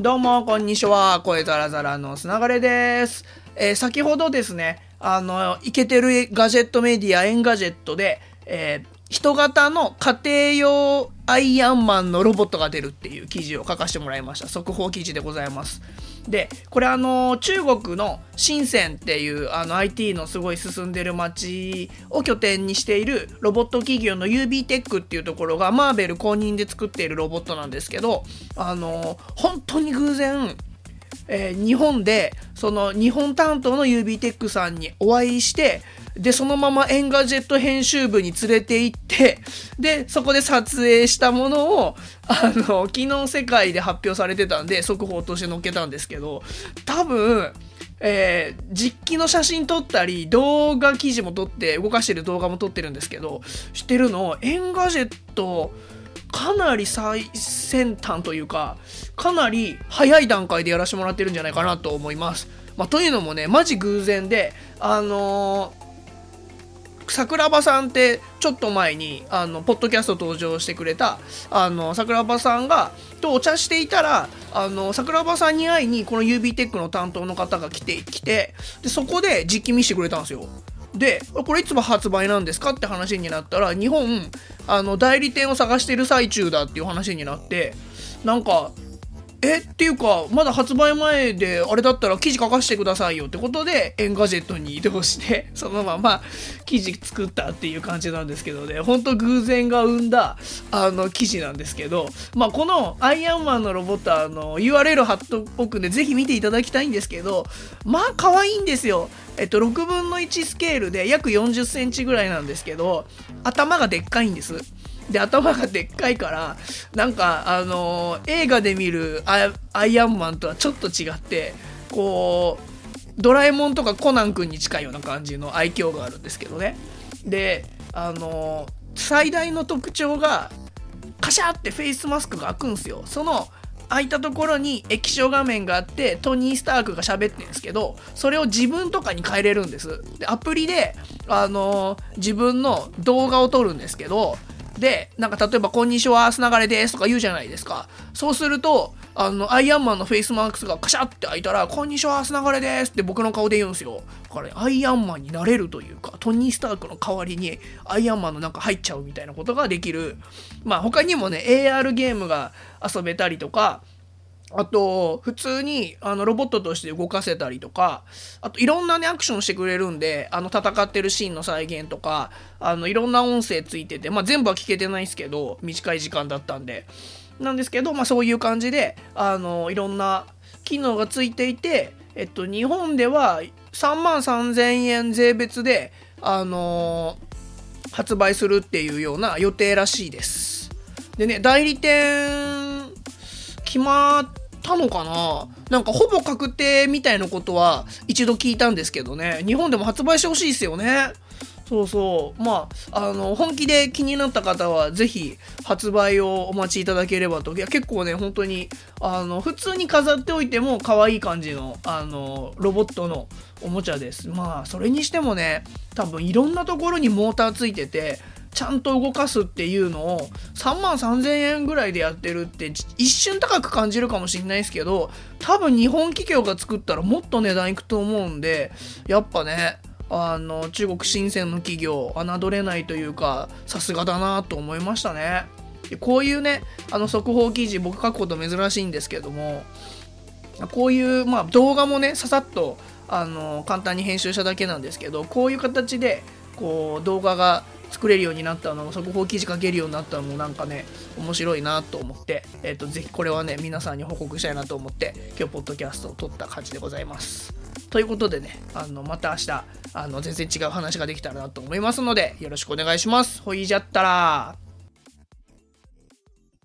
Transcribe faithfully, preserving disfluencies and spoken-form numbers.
どうもこんにちは、声ザラザラのつながれです。えー、先ほどですね、あのイケてるガジェットメディアエンガジェットで、えー、人型の家庭用アイアンマンのロボットが出るっていう記事を書かせてもらいました。速報記事でございます。でこれあの中国の深センっていうあの アイティー のすごい進んでる街を拠点にしているロボット企業の ユービー テックっていうところがマーベル公認で作っているロボットなんですけど、あの本当に偶然、えー、日本でその日本担当の ユービー テックさんにお会いして、でそのままエンガジェット編集部に連れて行って、でそこで撮影したものをあの昨日世界で発表されてたんで速報として載っけたんですけど、多分、えー、実機の写真撮ったり動画記事も撮って動かしてる動画も撮ってるんですけど、知ってるのエンガジェットかなり最先端というかかなり早い段階でやらせてもらってるんじゃないかなと思います。まあ、というのもねマジ偶然で、あのー桜庭さんってちょっと前にあのポッドキャスト登場してくれたあの桜庭さんがとお茶していたら、あの桜庭さんに会いにこの ユービー テックの担当の方が来てきて、でそこで実機見せてくれたんですよ。でこれいつも発売なんですかって話になったら、日本あの代理店を探してる最中だっていう話になって、なんかえっていうかまだ発売前であれだったら記事書かせてくださいよってことでエンガジェットに移動してそのまま記事作ったっていう感じなんですけどね、ほんと偶然が生んだあの記事なんですけど、まあこのアイアンマンのロボットあの ユーアールエル 貼っとくんでぜひ見ていただきたいんですけど、まあ可愛いんですよ。えっとろくぶんのいちスケールで約よんじゅっセンチぐらいなんですけど、頭がでっかいんです。で頭がでっかいからなんかあのー、映画で見る ア, アイアンマンとはちょっと違って、こうドラえもんとかコナン君に近いような感じの愛嬌があるんですけどね。であのー、最大の特徴がカシャってフェイスマスクが開くんですよ。その開いたところに液晶画面があってトニー・スタークが喋ってるんですけど、それを自分とかに変えれるんです。でアプリであのー、自分の動画を撮るんですけど、でなんか例えばこんにちはつながれですとか言うじゃないですか。そうするとあのアイアンマンのフェイスマークがカシャって開いたらこんにちはつながれですって僕の顔で言うんですよ。だから、ね、アイアンマンになれるというかトニー・スタークの代わりにアイアンマンのなんか入っちゃうみたいなことができる。まあ他にもね エーアール ゲームが遊べたりとか、あと普通にあのロボットとして動かせたりとか、あといろんなねアクションしてくれるんで、あの戦ってるシーンの再現とかあのいろんな音声ついてて、まあ全部は聞けてないですけど短い時間だったんでなんですけど、まあそういう感じであのいろんな機能がついていて、えっと日本ではさんまんさんぜんえん税別であのー、発売するっていうような予定らしいです。でね代理店決まったのかな、なんかほぼ確定みたいなことは一度聞いたんですけどね、日本でも発売してほしいですよね。そうそう、まああの本気で気になった方はぜひ発売をお待ちいただければと。いや結構ね本当にあの普通に飾っておいても可愛い感じのあのロボットのおもちゃです。まあそれにしてもね多分いろんなところにモーターついててちゃんと動かすっていうのをさんまんさんぜんえんぐらいでやってるって一瞬高く感じるかもしれないですけど、多分日本企業が作ったらもっと値段いくと思うんで、やっぱねあの中国深センの企業侮れないというかさすがだなと思いましたね。でこういうねあの速報記事僕書くこと珍しいんですけども、こういうまあ動画もねささっとあの簡単に編集しただけなんですけど、こういう形でこう動画が作れるようになったのも速報記事書けるようになったのもなんかね面白いなと思って、えーと、ぜひこれはね皆さんに報告したいなと思って今日ポッドキャストを撮った感じでございます。ということでねあのまた明日あの全然違う話ができたらなと思いますのでよろしくお願いします。ほいじゃったら。